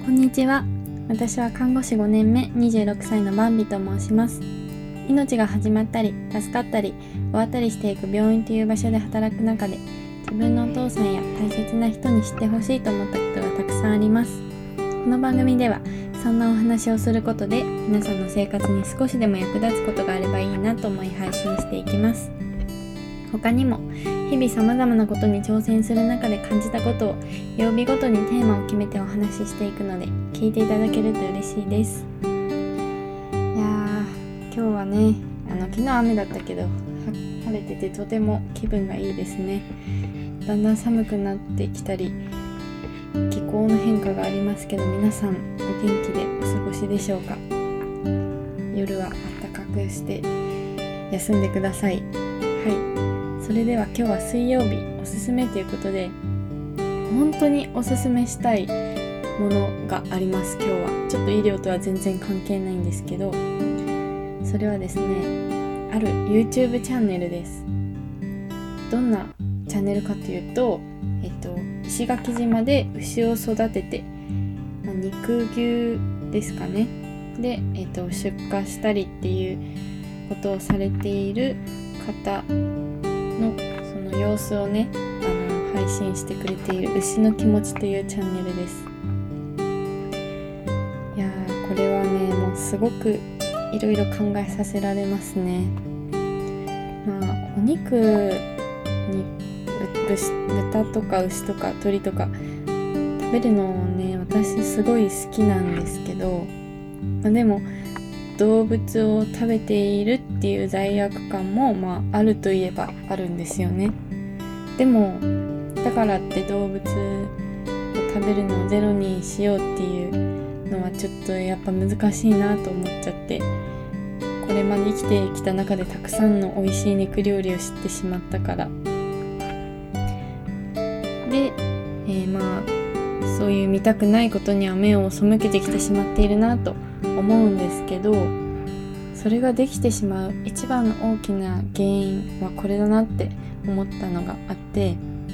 こんにちは。私は看護師5年目26歳のバンビと申します。命が始まったり助かったり終わったりしていく病院という場所で働く中で、自分のお父さんや大切な人に知ってほしいと思ったことがたくさんあります。この番組ではそんなお話をすることで、皆さんの生活に少しでも役立つことがあればいいなと思い配信していきます。他にも日々様々なことに挑戦する中で感じたことを曜日ごとにテーマを決めてお話ししていくので、聞いていただけると嬉しいです。いやー、今日はね、昨日雨だったけど晴れててとても気分がいいですね。だんだん寒くなってきたり気候の変化がありますけど、皆さんお元気でお過ごしでしょうか。夜は暖かくして休んでください。それでは今日は水曜日おすすめということで、本当におすすめしたいものがあります。今日はちょっと医療とは全然関係ないんですけど、それはですね、ある YouTube チャンネルです。どんなチャンネルかというと、石垣島で牛を育てて、肉牛ですかねで、出荷したりっていうことをされている方のその様子をね、配信してくれている牛の気持ちというチャンネルです。いやー、これはね、もうすごくいろいろ考えさせられますね。お肉に豚とか牛とか鶏とか食べるのをね、私すごい好きなんですけど、でも動物を食べているっていう罪悪感もあるといえばあるんですよね。でもだからって動物を食べるのをゼロにしようっていうのはちょっとやっぱ難しいなと思っちゃって、これまで生きてきた中でたくさんの美味しい肉料理を知ってしまったからで、そういう見たくないことには目を背けてきてしまっているなと思うんですけど、それができてしまう一番の大きな原因はこれだなって思ったのがあって、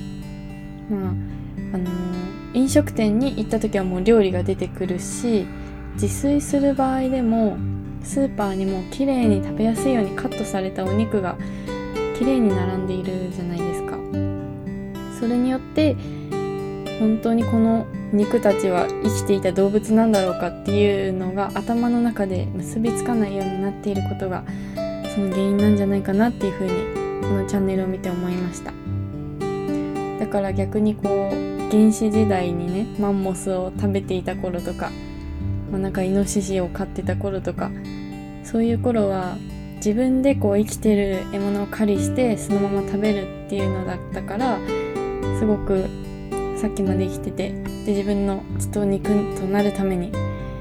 飲食店に行った時はもう料理が出てくるし、自炊する場合でもスーパーにも綺麗に食べやすいようにカットされたお肉が綺麗に並んでいるじゃないですか。それによって本当にこの肉たちは生きていた動物なんだろうかっていうのが頭の中で結びつかないようになっていることがその原因なんじゃないかなっていうふうにこのチャンネルを見て思いました。だから逆に原始時代にね、マンモスを食べていた頃とか、イノシシを飼ってた頃とか、そういう頃は自分で生きてる獲物を狩りしてそのまま食べるっていうのだったから、すごくさっきまで生きてて、で自分の血と肉となるために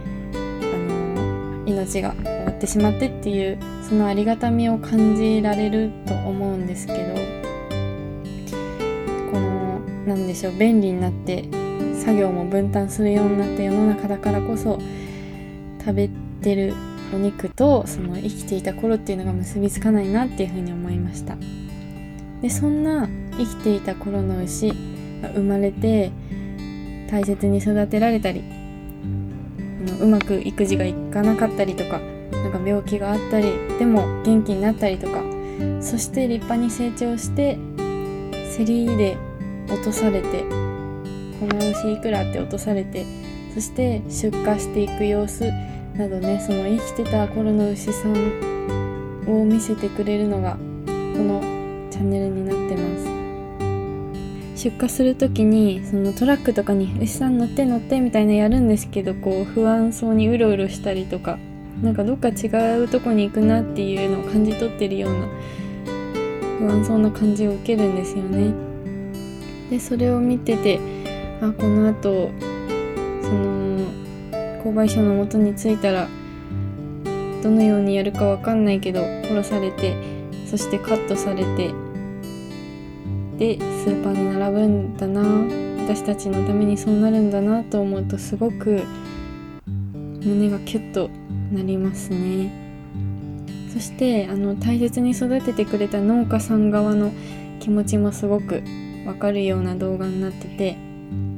命が終わってしまってっていう、そのありがたみを感じられると思うんですけど、便利になって作業も分担するようになった世の中だからこそ、食べてるお肉とその生きていた頃っていうのが結びつかないなっていうふうに思いました。でそんな生きていた頃の牛が生まれて大切に育てられたり、うまく育児がいかなかったりとか、病気があったりでも元気になったりとか、そして立派に成長して競りで落とされて、この牛いくらって落とされて、そして出荷していく様子などね、その生きてた頃の牛さんを見せてくれるのがこのチャンネルになってます。出荷するときにそのトラックとかに牛さん乗ってみたいなやるんですけど、不安そうにうろうろしたりとか、どっか違うとこに行くなっていうのを感じ取ってるような不安そうな感じを受けるんですよね。でそれを見てて、この後その購買者の元に着いたらどのようにやるかわかんないけど殺されて、そしてカットされて、でスーパーに並ぶんだな、私たちのためにそうなるんだなと思うと、すごく胸がキュッとなりますね。そして大切に育ててくれた農家さん側の気持ちもすごくわかるような動画になってて、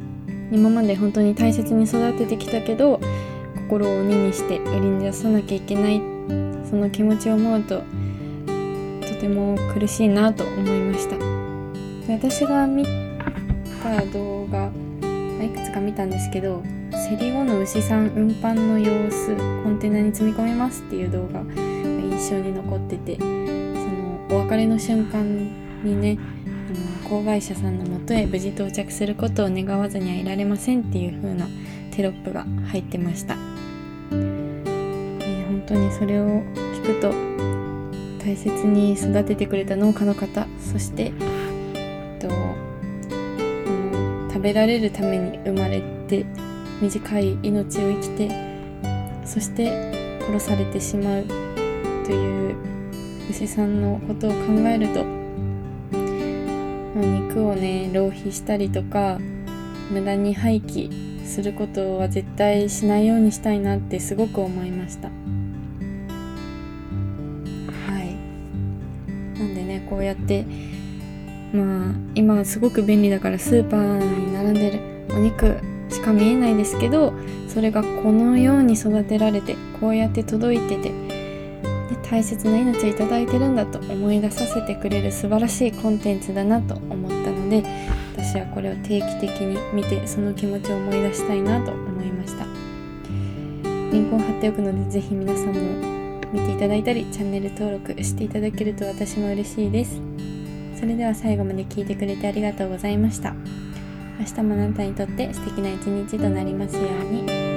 今まで本当に大切に育ててきたけど、心を鬼にして売りに出さなきゃいけない、その気持ちを思うととても苦しいなと思いました。で、私が見た動画、いくつか見たんですけど、競り後の牛さん運搬の様子、コンテナに積み込みますっていう動画が印象に残ってて、そのお別れの瞬間にね、子会社さんのもとへ無事到着することを願わずにはいられませんっていう風なテロップが入ってました。本当にそれを聞くと、大切に育ててくれた農家の方、そして、食べられるために生まれて短い命を生きて、そして殺されてしまうという牛さんのことを考えると、肉をね浪費したりとか無駄に廃棄することは絶対しないようにしたいなってすごく思いました。なんでね、こうやって今はすごく便利だからスーパーに並んでるお肉しか見えないですけど、それがこのように育てられて、こうやって届いてて、で大切な命をいただいてるんだと思い出させてくれる素晴らしいコンテンツだなと思ったので、私はこれを定期的に見て、その気持ちを思い出したいなと思いました。リンクを貼っておくので、ぜひ皆さんも見ていただいたりチャンネル登録していただけると私も嬉しいです。それでは最後まで聞いてくれてありがとうございました。明日もあなたにとって素敵な一日となりますように。